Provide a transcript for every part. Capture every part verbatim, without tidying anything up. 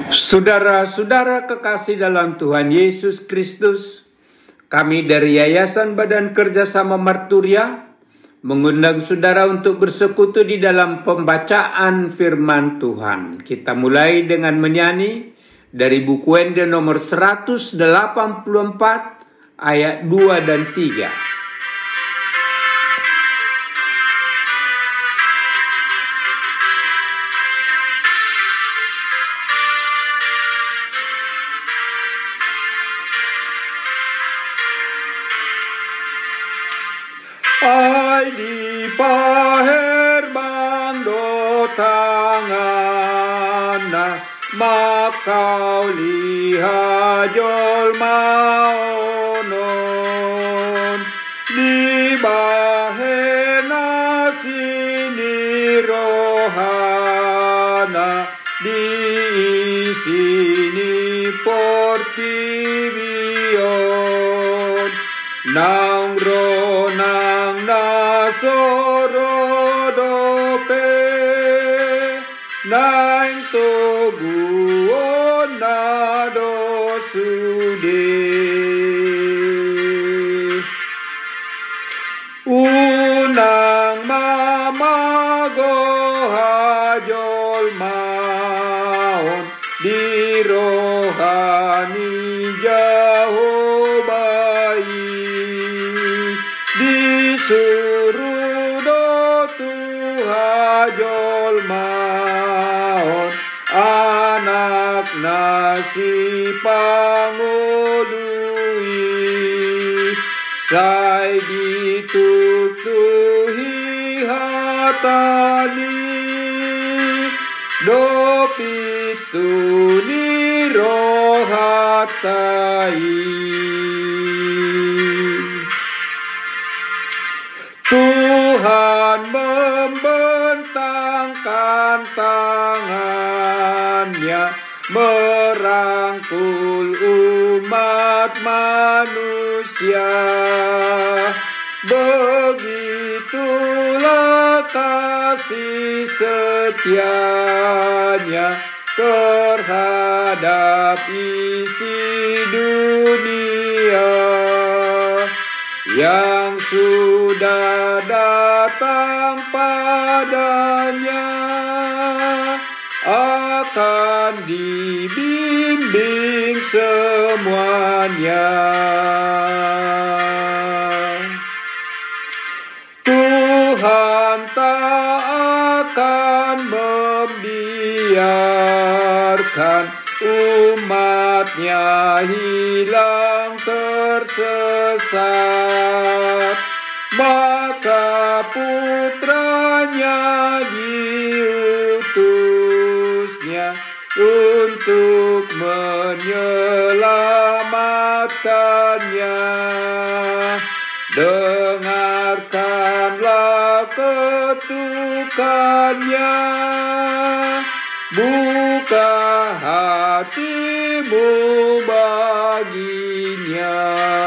Saudara-saudara kekasih dalam Tuhan Yesus Kristus, kami dari Yayasan Badan Kerjasama Marturia mengundang saudara untuk bersekutu di dalam pembacaan firman Tuhan. Kita mulai dengan menyanyi dari buku Wende nomor seratus delapan puluh empat ayat dua dan tiga. Ai di paher bando tangana makau liha jol maonon di bahena sini rohana di sini portivion nang rona sorodope naing toguon nado sude unang mamago hajol maon di rohani jauh bayi disuruh Tuhan maon anak nasi pangului sai ditutuhi hatani dopituni rohatai. Tuhan membentangkan tangannya merangkul umat manusia. Begitulah kasih setianya terhadap isi dunia yang sudah datang padanya akan dibimbing semuanya. Tuhan tak akan membiarkan umatnya hilang tersesat, maka putranya diutusnya untuk menyelamatkannya. Dengarkanlah ketukannya, buka hatimu baginya.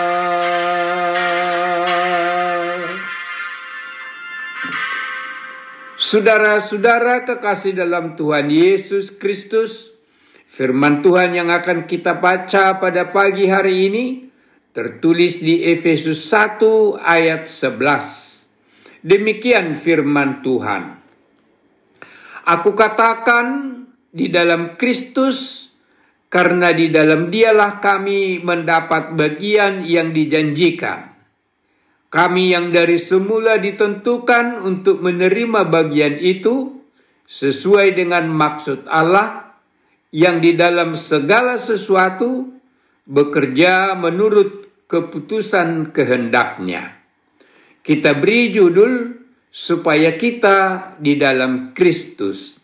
Saudara-saudara kekasih dalam Tuhan Yesus Kristus, firman Tuhan yang akan kita baca pada pagi hari ini tertulis di Efesus satu ayat sebelas. Demikian firman Tuhan. Aku katakan di dalam Kristus, karena di dalam Dialah kami mendapat bagian yang dijanjikan. Kami yang dari semula ditentukan untuk menerima bagian itu sesuai dengan maksud Allah yang di dalam segala sesuatu bekerja menurut keputusan kehendak-Nya. Kita beri judul supaya kita di dalam Kristus.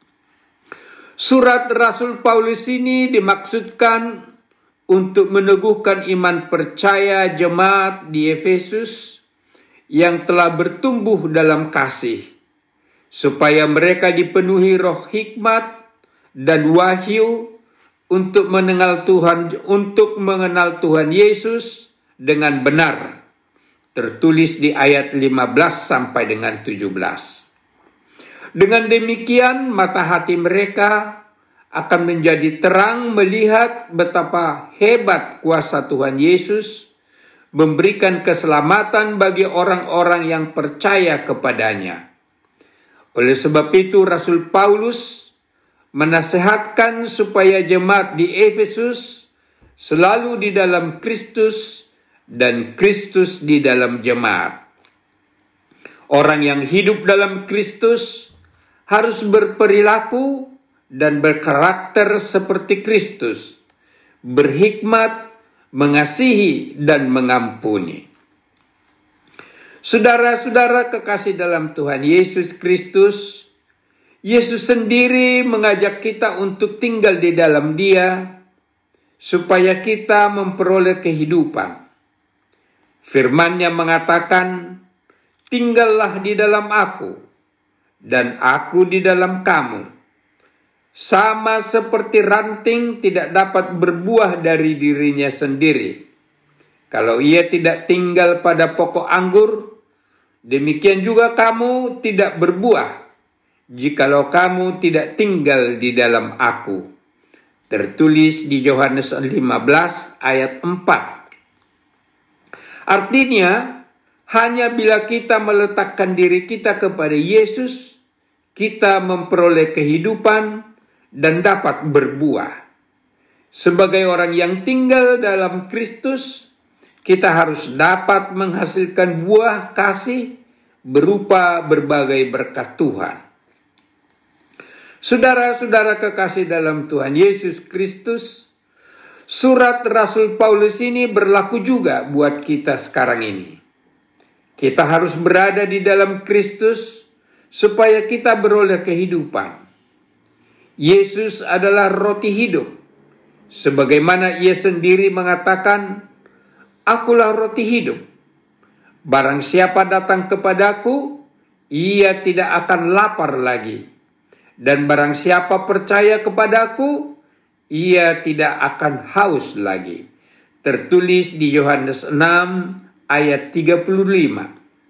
Surat Rasul Paulus ini dimaksudkan untuk meneguhkan iman percaya jemaat di Efesus yang telah bertumbuh dalam kasih, supaya mereka dipenuhi roh hikmat dan wahyu untuk mengenal Tuhan, untuk mengenal Tuhan Yesus dengan benar. Tertulis di ayat lima belas sampai dengan tujuh belas. Dengan demikian mata hati mereka akan menjadi terang melihat betapa hebat kuasa Tuhan Yesus memberikan keselamatan bagi orang-orang yang percaya kepadanya. Oleh sebab itu Rasul Paulus menasihatkan supaya jemaat di Efesus selalu di dalam Kristus dan Kristus di dalam jemaat. Orang yang hidup dalam Kristus harus berperilaku dan berkarakter seperti Kristus, berhikmat, mengasihi, dan mengampuni. Saudara-saudara kekasih dalam Tuhan Yesus Kristus, Yesus sendiri mengajak kita untuk tinggal di dalam Dia, supaya kita memperoleh kehidupan. Firman-Nya mengatakan, "Tinggallah di dalam Aku, dan Aku di dalam kamu. Sama seperti ranting tidak dapat berbuah dari dirinya sendiri, kalau ia tidak tinggal pada pokok anggur, demikian juga kamu tidak berbuah, jikalau kamu tidak tinggal di dalam Aku." Tertulis di Yohanes lima belas ayat empat. Artinya, hanya bila kita meletakkan diri kita kepada Yesus, kita memperoleh kehidupan dan dapat berbuah. Sebagai orang yang tinggal dalam Kristus, kita harus dapat menghasilkan buah kasih berupa berbagai berkat Tuhan. Saudara-saudara kekasih dalam Tuhan Yesus Kristus, surat Rasul Paulus ini berlaku juga buat kita sekarang ini. Kita harus berada di dalam Kristus supaya kita beroleh kehidupan. Yesus adalah roti hidup, sebagaimana Ia sendiri mengatakan, "Akulah roti hidup. Barang siapa datang kepadaku, ia tidak akan lapar lagi. Dan barang siapa percaya kepadaku, ia tidak akan haus lagi." Tertulis di Yohanes enam ayat tiga puluh lima.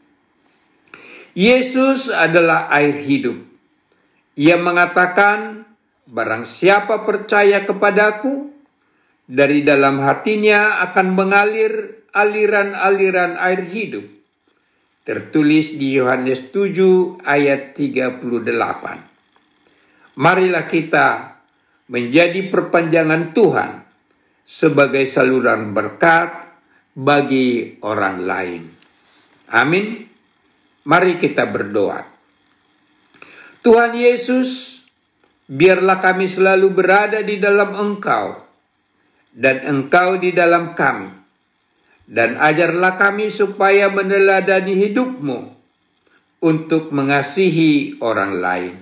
Yesus adalah air hidup. Ia mengatakan, "Barang siapa percaya kepadaku, dari dalam hatinya akan mengalir aliran-aliran air hidup." Tertulis di Yohanes tujuh ayat tiga puluh delapan. Marilah kita menjadi perpanjangan Tuhan sebagai saluran berkat bagi orang lain. Amin. Mari kita berdoa. Tuhan Yesus, biarlah kami selalu berada di dalam Engkau, dan Engkau di dalam kami. Dan ajarlah kami supaya meneladani hidup-Mu untuk mengasihi orang lain.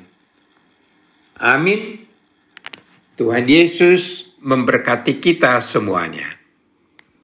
Amin. Tuhan Yesus memberkati kita semuanya.